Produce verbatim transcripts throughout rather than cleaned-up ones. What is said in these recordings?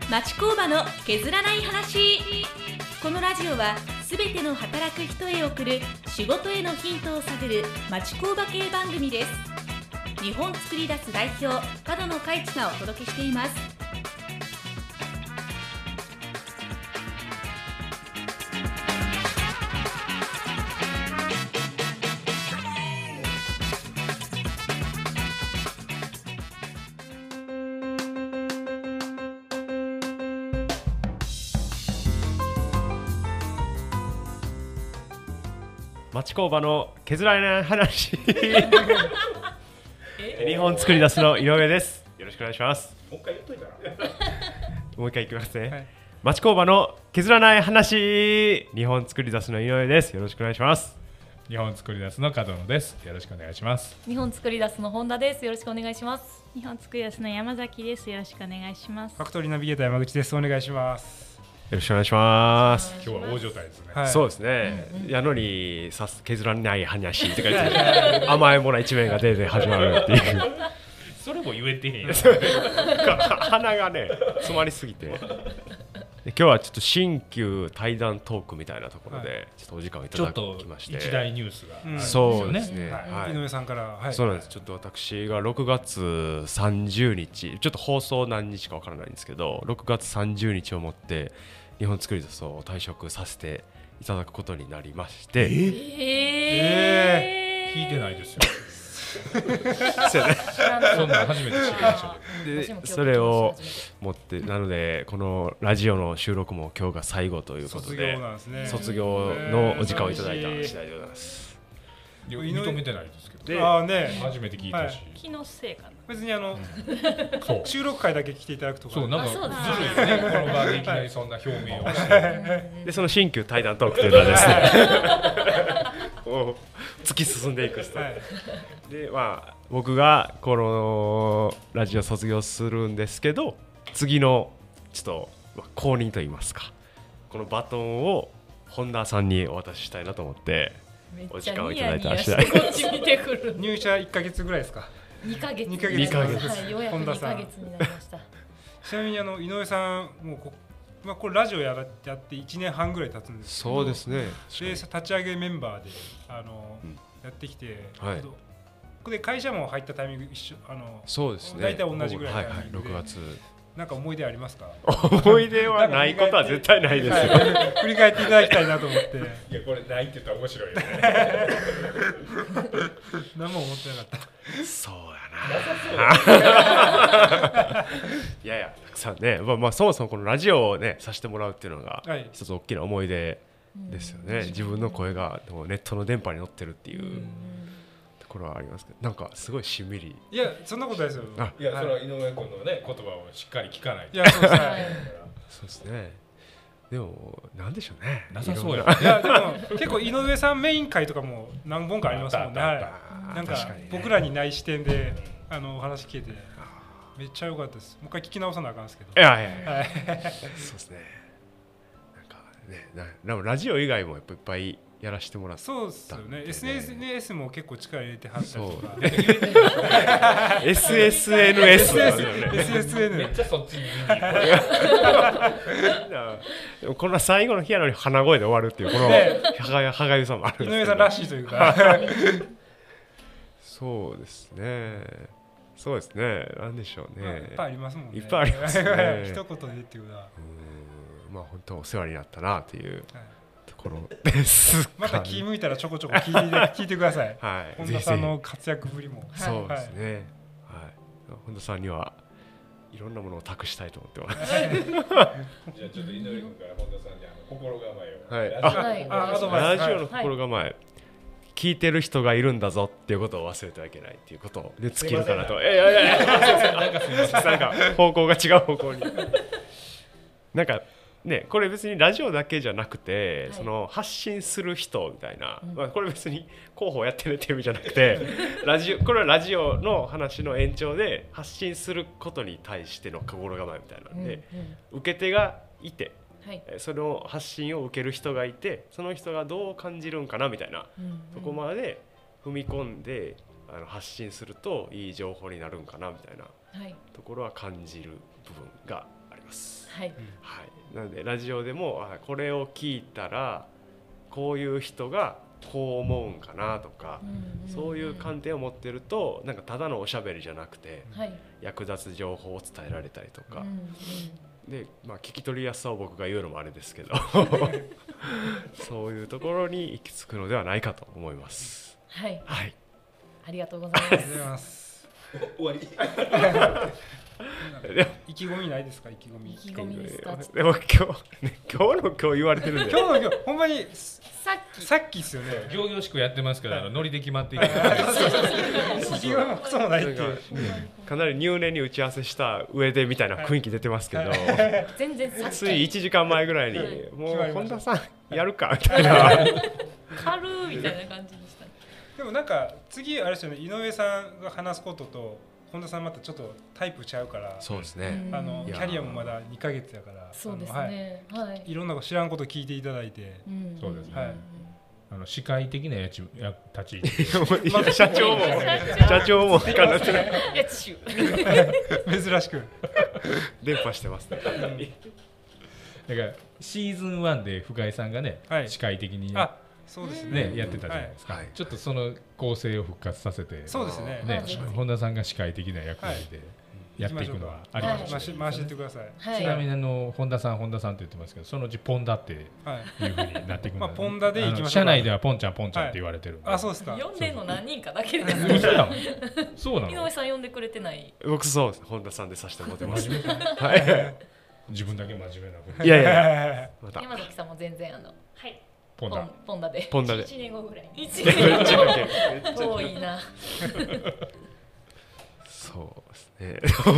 町工場の削らない話。このラジオはすべての働く人へ送る仕事へのヒントを探る町工場系番組です。日本作り出す代表角野海地がお届けしています。 町工場の削られない話日本作り出すの井上です。よろしくお願いします。 もう一回言っといたらもう一回いきますね、 はい、 町工場の削らない話日本作り出すの井上です。よろしくお願いします。 日本作り出すの角野です。よろしくお願いします。 日本作り出すの本田です。よろしくお願いします。 日本作り出すの山崎です。よろしくお願いします。 ファクトリーナビゲーター山口です。お願いします。 よろしくお願いします。 今日は大所帯ですね、 はい、 そうですね、うんうん、やのにさ削らない話って書いて甘いもの一面が出て始まるっていうそれも言えてへんやん鼻がね詰まりすぎてで今日はちょっと新旧対談トークみたいなところでちょっとお時間をいただきまして、 ちょっと一大ニュースがあるんですよね。 そうですね、 はい、井上さんから、はい、 そうなんです。ちょっと私がろくがつさんじゅうにち、ちょっと放送何日かわからないんですけどろくがつさんじゅうにちをもって日本作り出すを退職させていただくことになりまして、えーえー、聞いてないですよそんな初めて知りましたでそれを持ってなのでこのラジオの収録も今日が最後ということで卒業なんですね。 卒業のお時間をいただいた次第でございます。 認めてないですけど、 あー、ね、 初めて聞いたし、はい、 気のせいかな。 別にあの、 うん、 収録回だけ来ていただくとか、 そうなんかずるいよね。この場でいきなりそんな表明をしてでその新旧対談トークというのはですね突き進んでいくスタイル、はい、でまあ僕がこのラジオ卒業するんですけど次のちょっと、まあ、後任といいますかこのバトンを本田さんにお渡ししたいなと思ってお時間をいただいた次第こっち見てくる入社いっかげつぐらいですか。 にかげつにかげつ、 はい、ようやくにかげつになりましたちなみにあの井上さんもうこ、まあ、これラジオやらやっていちねんはんぐらい経つんですけど、 そうですね。 で立ち上げメンバーであの、うん、やってきて、はい、ここで会社も入ったタイミング一緒あのそうですね。 大体同じぐらいのタイミングで、はいはい、 ろくがつなんか思い出ありますか？ 思い出はないことは絶対ないですよ振り返っていただきたいなと思っていやこれないって言ったら面白いよね何も思ってなかったそうやな。いやいやたくさんね、まあ、まあそもそもこのラジオをねさせてもらうっていうのが一つ大きな思い出ですよね、はい、自分の声がでもネットの電波に乗ってるっていうところはありますけどなんかすごいしんみり。 いやそんなことないですよ。 あいや、はい、それは井上君のね言葉をしっかり聞かないと。 いやそうですねそうですね。でもなんでしょうね。 なさそうや。 いやでも結構井上さんメイン会とかも何本かありますもんね。はい、なんか僕らにない視点であのお話聞けてめっちゃ良かったです。もう一回聞き直さなあかんですけど。 いやいやいや、はい、そうですね。なんかね、ななラジオ以外もやっぱいっぱいやらせてもらって、ね、 そうですよね。エスエヌエス も結構力入れてはったりとか。 エスエスエヌエスエスエスエヌめっちゃそっちにでもこんな最後の日やのに鼻声で終わるっていうこの歯がゆさもあるんですけど。 井上さんらしいというか。 そうですね。そうですね。なんでしょうね。 まあ、いっぱいありますもんね。 いっぱいありますね。 一言でっていうのは。 うん、まあ本当お世話になったなっていう。はいところですまた気向いたらちょこちょこ聞いて聞いてください。はい。本田さんの活躍ぶりも。 そうですね。はい。本田さんにはいろんなものを託したいと思ってます。 じゃあちょっと井上君から本田さんにあの心構えを。 はい。あ、アドバイス。ラジオの心構え。聞いてる人がいるんだぞっていうことを忘れてはいけないっていうことで尽きるかなと。いやいやいや。なんかすみません。なんか方向が違う方向に。なんか。ね、これ別にラジオだけじゃなくて、はい、その発信する人みたいな、うんまあ、これ別に広報やってるっていう意味じゃなくてラジオこれはラジオの話の延長で発信することに対しての心構えみたいなんで、うんうん、受け手がいて、はい、その発信を受ける人がいてその人がどう感じるんかなみたいな、うんうん、そこまで踏み込んであの発信するといい情報になるんかなみたいな、はい、ところは感じる部分があります。 ます。 はい、 はい、なのでラジオでもあこれを聞いたらこういう人がこう思うんかなとか、うんうん、そういう観点を持ってるとなんかただのおしゃべりじゃなくて、はい、役立つ情報を伝えられたりとか、うんうん、で、まあ、聞き取りやすさを僕が言うのもあれですけどそういうところに行き着くのではないかと思います。 はい、 はい、 ありがとうございます。 ありがとうございます。 終わり意気込みないですか？意気込み。 意気込みですか？ でも今日、ね、今日の今日言われてるんで今日の今日ほんまにさっきさっきっすよね。 行々しくやってますけど、あのノリで決まっていく。意気込みもクソもないっていう。 かなり入念に打ち合わせした上でみたいな雰囲気出てますけど、 全然さっきついいちじかんまえぐらいにもう本田さんやるかみたいな軽みたいな感じでした。 でもなんか次あれですよね、井上さんが話すことと本田さんまたちょっとタイプちゃうから。 そうですね。 あのキャリアもまだにかげつやから。 そうですね。はい。 いろんな知らんこと聞いていただいて。 そうですね。 はい。 あの司会的なやつや立ち位置。社長も社長もかなってやつしゅ。 珍しく伝播してますね。 だからシーズンワンで深井さんがね、司会的に。 そうですね、 やってたじゃないですか、はい、ちょっとその構成を復活させて、 そうですね、 ね、本田さんが司会的な役割でやっていくのはあります、はい、回していってください、 はい、ちなみにあの本田さん本田さんって言ってますけど、そのうちポンダっていうふうになっていくので、 まあ、ポンダでいきましょう。 社内ではポンちゃんポンちゃんって言われてるんで、 はい、あ、そうですか。 呼んでんの何人かだけですそうなの。 井上さん呼んでくれてない。 僕そうです、本田さんでさせてもらってます。 はい、自分だけ真面目な。 いやいやまた山崎さんも全然あのはいポンダポンダでポンダでいちねんごぐらいいちねんご遠いなそうですねそう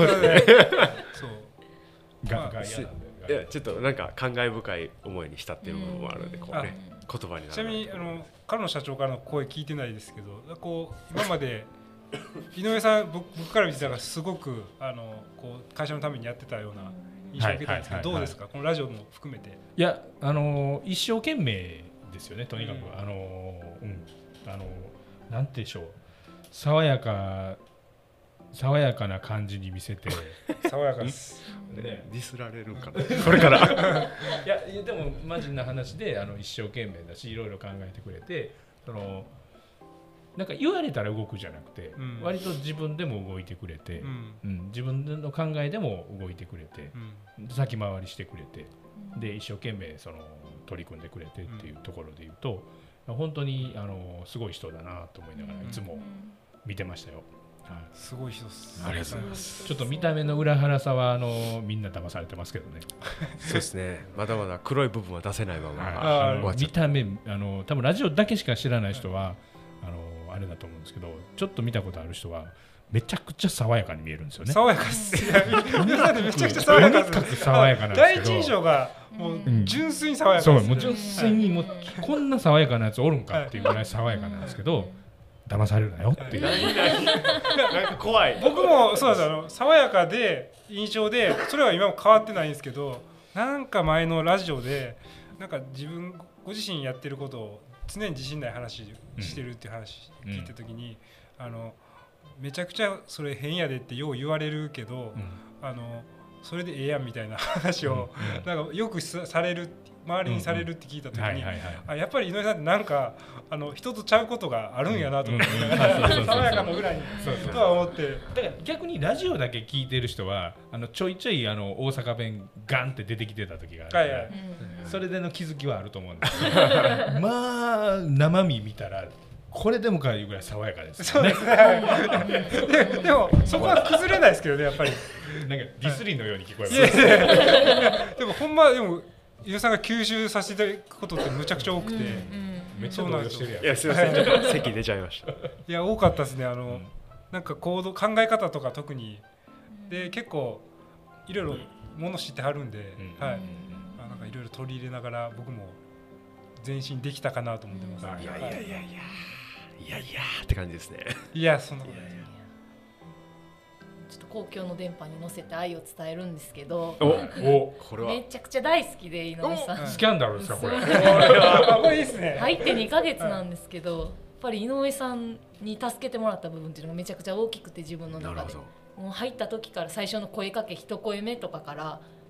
ががいやちょっとなんか感慨深い思いに浸っている部分もあるので、こうね言葉になる。 ちなみにあの彼の社長からの声聞いてないですけど、こう今まで井上さん僕から見てたらすごくあのこう会社のためにやってたような印象を受けたんですけど、どうですか、このラジオも含めて。 いや、あの一生懸命ですよね、とにかく、うん、あの、うん、あのなんてでしょう、爽やか爽やかな感じに見せて爽やかです、 ね、ディスられるかなこれからいやでもマジな話で、あの一生懸命だしいろいろ考えてくれて、そのなんか言われたら動くじゃなくて、うん、割と自分でも動いてくれて、うんうん、自分の考えでも動いてくれて、うん、先回りしてくれて、で一生懸命その取り組んでくれてっていうところで言うと、うん、本当にあのすごい人だなと思いながらいつも見てましたよ。 はい、すごい人です。 ありがとうございます。 ちょっと見た目の裏腹さはあのみんな騙されてますけどね。 そうですね。まだまだ黒い部分は出せないまま、 はい、見た目あの多分ラジオだけしか知らない人は、はい、あのあれだと思うんですけど、ちょっと見たことある人はめちゃくちゃ爽やかに見えるんですよね。 爽やかです。めちゃくちゃ爽やかです。 爽やかなんですけど。 第一印象がもう純粋に爽やかです。 そう、もう純粋にもうこんな爽やかなやつおるんかっていうぐらい爽やかなんですけど、騙されるなよっていう。 なんか怖い。 僕もそうです。あの爽やかで印象で、それは今も変わってないんですけど、なんか前のラジオでなんか自分ご自身やってることを常に自信ない話してるっていう話聞いたときに、あのめちゃくちゃそれ変やでってよう言われるけど、うん、あのそれでええやんみたいな話を、うんうん、なんかよくされる周りにされるって聞いた時に、あ、やっぱり井上さんってなんかあの人とちゃうことがあるんやなと思って、爽やかなぐらいにとは思って、 だから逆にラジオだけ聞いてる人はあのちょいちょいあの大阪弁ガンって出てきてた時があるから、はいはい、それでの気づきはあると思うんですけどまあ生身見たらこれでもかいうぐらい爽やかです、ね、 そうですねで, でもそこは崩れないですけどね、やっぱりなんかディスリーのように聞こえます、 はい、でもほんまでも井上さんが吸収させていくことってむちゃくちゃ多くて、うんうん、 めっちゃ動揺してるやん。 いやすいません、ちょっと席出ちゃいました。いや多かったですね。あの、うん、なんか行動考え方とか特にで結構いろいろもの知ってはるんで、うん、はい、あ、なんかいろいろ取り入れながら僕も前進できたかなと思ってます。 いやいやいやいやいやいやって感じですね。 いやそんなことない。 ちょっと公共の電波に乗せて愛を伝えるんですけど、 おおこれはめちゃくちゃ大好きで井上さん。 スキャンダルですかこれ。 これいいですね。 入ってにかげつなんですけど、やっぱり井上さんに助けてもらった部分っていうのがめちゃくちゃ大きくて、自分の中でもう入った時から最初の声かけ一声目とかから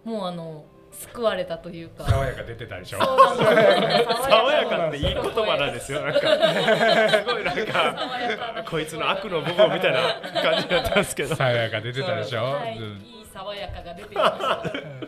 もうあの救われたというか爽やか出てたでしょ。 そうなんですよ爽やかっていい言葉なんですよ。なんかすごいなんかこいつの悪の部分みたいな感じだったんですけど。 爽やか出てたでしょ。 はい、いい爽やかが出てきました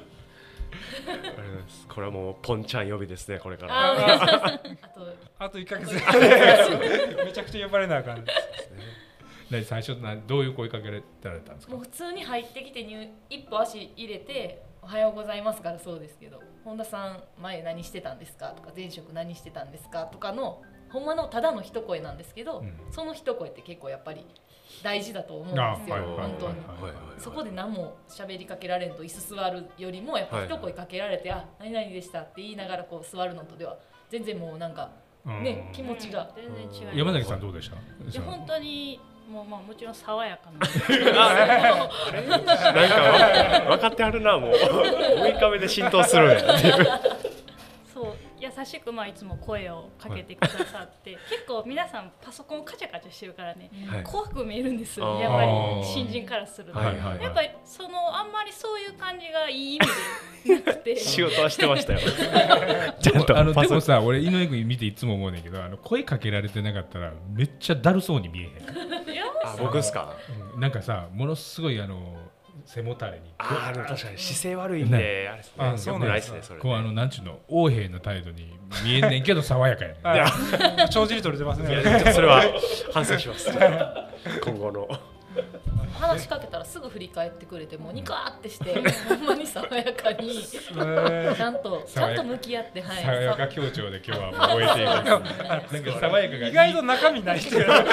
これはもうポンちゃん呼びですね、これから。 あー、あとあといっかげつめちゃくちゃ呼ばれなあかんで最初などういう声かけられたんですか。 もう普通に入ってきて入一歩足入れておはようございますからそうですけど、本田さん前何してたんですかとか前職何してたんですかとかのほんまのただの一声なんですけど、うん、その一声って結構やっぱり大事だと思うんですよ、本当に。そこで何も喋りかけられんと椅子座るよりもやっぱ一声かけられて、はい、あ、何々でしたって言いながらこう座るのとでは全然もうなんかね、気持ちが全然違う。 山崎さんどうでした。 いや本当にもうまあもちろん爽やかななんか分かってはるな、もうむいかめで浸透するんやっていう。 そう優しくまあいつも声をかけてくださって、はい、結構皆さんパソコンカチャカチャしてるからね、はい、怖く見えるんですよ、やっぱり新人からすると、はいはいはい、やっぱりそのあんまりそういう感じがいい意味でなくて仕事はしてましたよちゃんとあのでもさ、俺井上君見ていつも思うねんけど、あの声かけられてなかったらめっちゃだるそうに見えへん。 あ、僕ですか、 うん、なんかさ、ものすごいあの背もたれに、 ああ、確かに姿勢悪いんで、ね、あれですね、あ、そうなんですね、それね、 こうあのなんちゅうの横柄な態度に見えんねんけど爽やかやねん。いや、帳尻取れてますね。 いや、それは反省します今後の。 話しかけたらすぐ振り返ってくれて、もうニカーってしてほんまに爽やかにちゃんとちゃんと向き合って、はい、 爽やか強調で今日はもう終えていく。なんか爽やかが意外と中身ない人やな。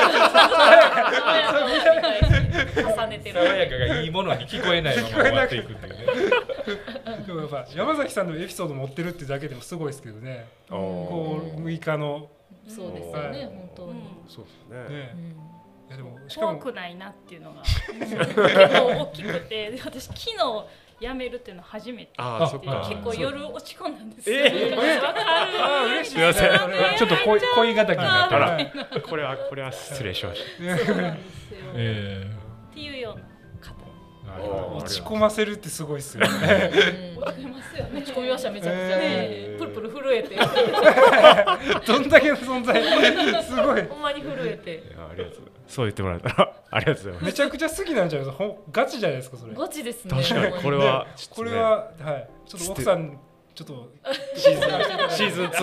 重ねてる。 爽やかがいいものに聞こえないまま終わっていくっていうね。 でもやっぱ山崎さんのエピソード持ってるってだけでもすごいですけどね。こうむいかの。 そうですよね、本当に。 そうですね。 いやでもしかも怖くないなっていうのが結構大きくて、私昨日辞めるっていうの初めてで、結構夜落ち込んだんですよ。えー、わかる。 嬉しい。すみません。 ちょっと恋恋敵になったら、 これはこれは失礼しました。 そうなんですよ。えー、っていうような方。 落ち込ませるってすごいっすよね。 落ち込みますよね。落ち込みました、めちゃくちゃね。プルプル震えて。 どんだけの存在。すごい。 ほんまに震えて。 いや、ありがとうございます。そう言ってもらえたらありがとうございます。 めちゃくちゃ好きなんじゃないですか。ガチじゃないですかそれ。 ガチですね。 確かにこれはこれははい。ちょっと奥さんちょっとシーズンシーズンツー。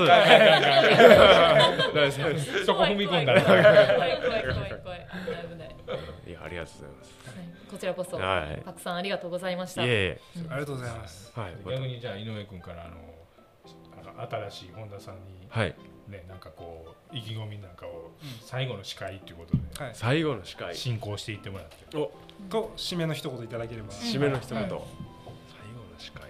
そこ踏み込んだら。 怖い怖い怖い怖い。危ない危ない。 いや、ありがとうございます。 こちらこそたくさんありがとうございました。 いえいえ、ありがとうございます。 はい。逆にじゃあ井上君からあの新しい本田さんにね、なんかこう意気込みなんかを最後の司会ということで、 最後の司会進行していってもらって、 おと締めの一言いただければ。 締めの一言。最後の司会。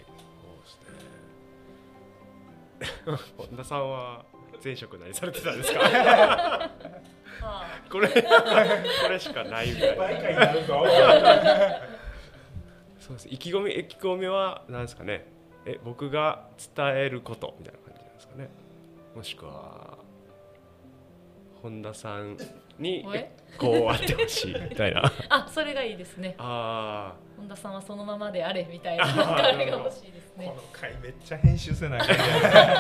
そうですね。本田さんは前職何されてたんですか。これこれしかないみたいな。そうです。意気込み意気込みは何ですかね。え、僕が伝えることみたいな感じなんですかね。もしくは本田さんにこうあってほしいみたいな。 あ、それがいいですね。 ああ。 本田さんはそのままであれみたいなあれが欲しいですね。 この回めっちゃ編集せない。 確かに。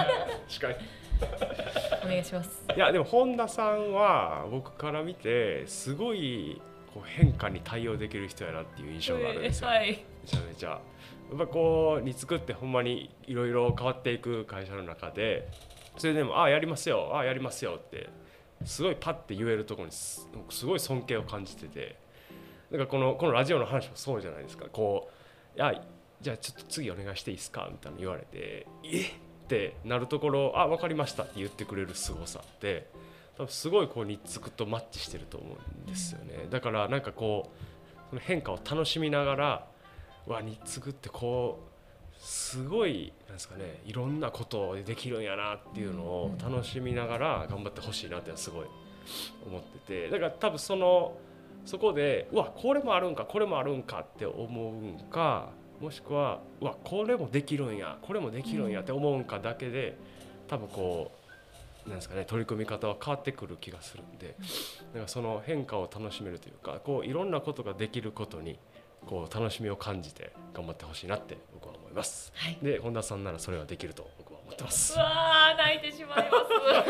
お願いします。 いやでも本田さんは僕から見てすごいこう変化に対応できる人やなっていう印象があるんですよ。 はい、 めちゃめちゃやっぱこうに作ってほんまにいろいろ変わっていく会社の中で、それでもああやりますよああやりますよってすごいパッて言えるところに す, すごい尊敬を感じてて、だからこのこのラジオの話もそうじゃないですか。こういやじゃあちょっと次お願いしていいですかみたいな言われて、えってなるところ、あ、分かりましたって言ってくれる凄さって多分すごいこうにっつくとマッチしてると思うんですよね。だからなんかこうその変化を楽しみながら、わにっつくってこうすごいなんですかね、いろんなことできるんやなっていうのを楽しみながら頑張ってほしいなってすごい思ってて、だから多分そのそこでうわこれもあるんかこれもあるんかって思うんか、もしくはうわこれもできるんやこれもできるんやって思うんかだけで多分こうなんですかね、取り組み方は変わってくる気がするんで、だからその変化を楽しめるというか、こういろんなことができることにこう楽しみを感じて頑張ってほしいなって僕は思います、はい、で本田さんならそれはできると僕は思ってます。 うわー泣いてしまいます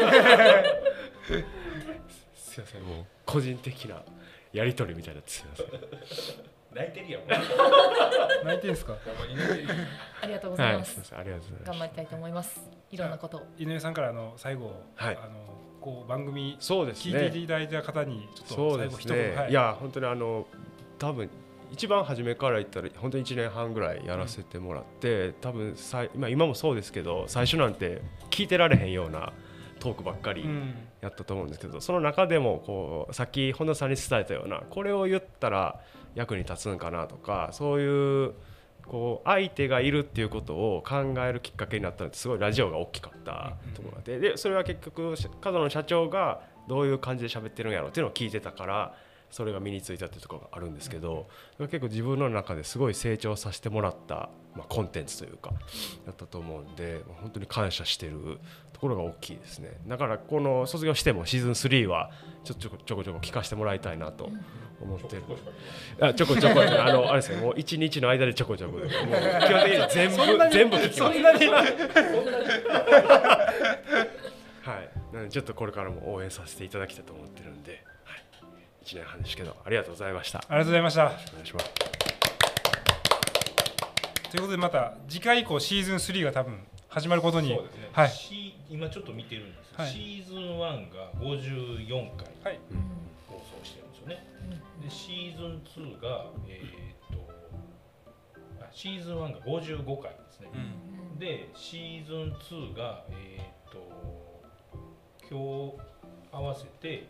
すいませんもう個人的なやり取りみたいなすいません泣いてるやん泣いてるんですかありがとうございます、 はい、ありがとうございます頑張りたいと思います。いろんなこと井上さんからあの最後、はい、あのこう番組聞いていただいた方にちょっと最後一言、ねはい、いや本当にあの多分一番初めから言ったら本当にいちねんはんぐらいやらせてもらって、うん、多分さ今今もそうですけど最初なんて聞いてられへんようなトークばっかりやったと思うんですけど、うん、その中でもこうさっき本田さんに伝えたようなこれを言ったら役に立つんかなとかそういうこう相手がいるっていうことを考えるきっかけになったのってすごいラジオが大きかったところで、でそれは結局角野社長がどういう感じで喋ってるんやろうっていうのを聞いてたからそれが身についたっていうところがあるんですけど、結構自分の中ですごい成長させてもらった、まあ、コンテンツというかやったと思うんで本当に感謝してるところが大きいですね。だからこの卒業してもシーズンスリーはちょちょこちょこちょこ聞かせてもらいたいなと思ってる。あちょこちょこあのあれですねもう一日の間でちょこちょこもう基本的に全部全部聞きます。そんなにはいなのでちょっとこれからも応援させていただきたいと思ってるんで。いちねんはんですけどありがとうございました。 ありがとうございました。 よろしくお願いします。 ということでまた次回以降シーズンスリーが多分始まることに、 そうですね、はい、今ちょっと見てるんですけど、はい、シーズンワンがごじゅうよんかい放送してるんですよね、うん、でシーズンツーが、えー、とあシーズンワンがごじゅうごかいですね、うん、でシーズンツーが、えー、と今日合わせて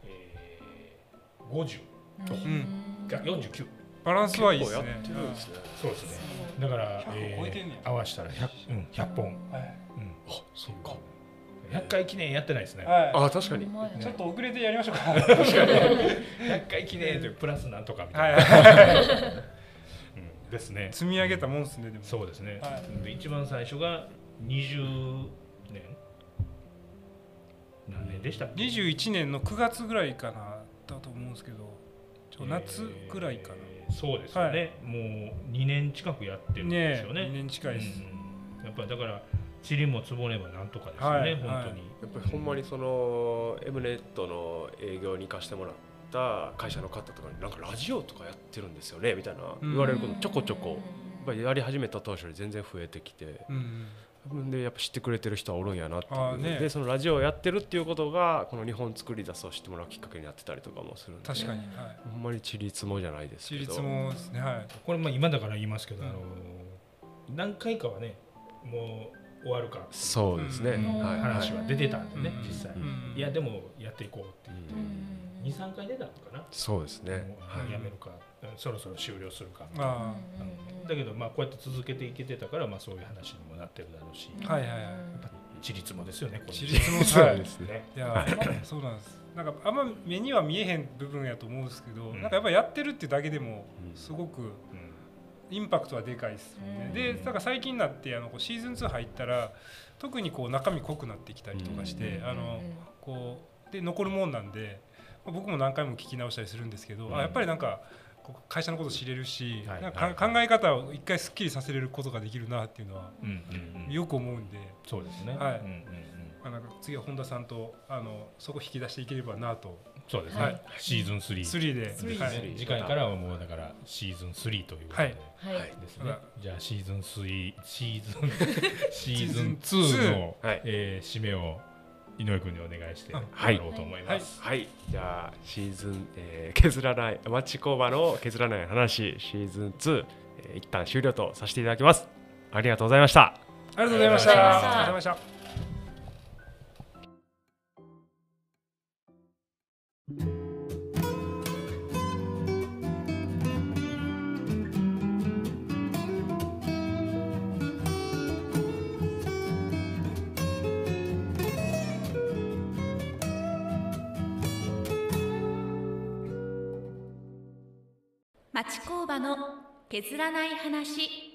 ごじゅうがよんじゅうきゅうバランスはいいですね。 そうですね。だから、えー、合わせたら ひゃく、うん、ひゃっぽん、はいうん、あそうかひゃっかい記念やってないですね、 はい、 あ確かにちょっと遅れてやりましょうか確かにひゃっかい記念というプラスなんとかみたいな、はいうん、ですね積み上げたもんですね。でもそうですね、はい、で一番最初がにじゅうねん何年でしたっけ。 にじゅういちねんのくがつぐらいかなだと思うんですけど夏ぐらいかな、 えー、そうですよね、はい、もうにねん近くやってるんですよね。 にねん近いです、 うん、やっぱりだから塵も積もればなんとかですよね、はい、本当に、はい、やっぱりほんまにその エムネットの営業に行かしてもらった会社の方とかになんかラジオとかやってるんですよねみたいな言われることちょこちょこやっぱりやり始めた当初より全然増えてきて、うんでやっぱ知ってくれてる人はおるんやなっていう、ね、でそのラジオをやってるっていうことがこの日本作り出すを知ってもらうきっかけになってたりとかもするんで、 確かに、はい、 ほんまにちりつもじゃないですけどちりつもですね、はい、 これまあ今だから言いますけど、うん、あの何回かはねもう終わるかそうですね、うんはい、話は出てたんでね、うん、実際、うん、いやでもやっていこうって言って、うん、にさんかい出たのかな。 そうですね、 はい、やめるかそろそろ終了するかみたいな、うん、だけどまあこうやって続けていけてたからまあそういう話にもなってるだろうし、 はいはいはい、やっぱりちりつもですよね。 ちりつもそうですね。いやそうなんです。なんかあんま目には見えへん部分やと思うんですけど、うん、なんかやっぱりやってるってだけでもすごくインパクトはでかいですよね。うん、でなんか最近になってあのシーズンツー入ったら特にこう中身濃くなってきたりとかして、うん、あのこうで残るもんなんで、僕も何回も聞き直したりするんですけど、うん、あやっぱりなんか会社のこと知れるし、はい、なんか考え方を一回すっきりさせれることができるなっていうのはよく思うんで、 そうですね。 はい。うんうんうんまあ、なんか次は本田さんとあのそこ引き出していければなと。 そうですね。はい、シーズンスリー。 スリーで。 スリーで、はい、次回からはもうだからシーズンスリーということで、はいはい、ですね。じゃあシーズンスリー、シーズンシーズンツーの、はいえー、締めを井上君にお願いしてやろうと思います。 はい。はいはい、じゃあシーズン、えー、削らない町工場の削らない話シーズンツー、えー、一旦終了とさせていただきます。ありがとうございました。 ありがとうございました。ありがとうございました。 町工場の削らない話。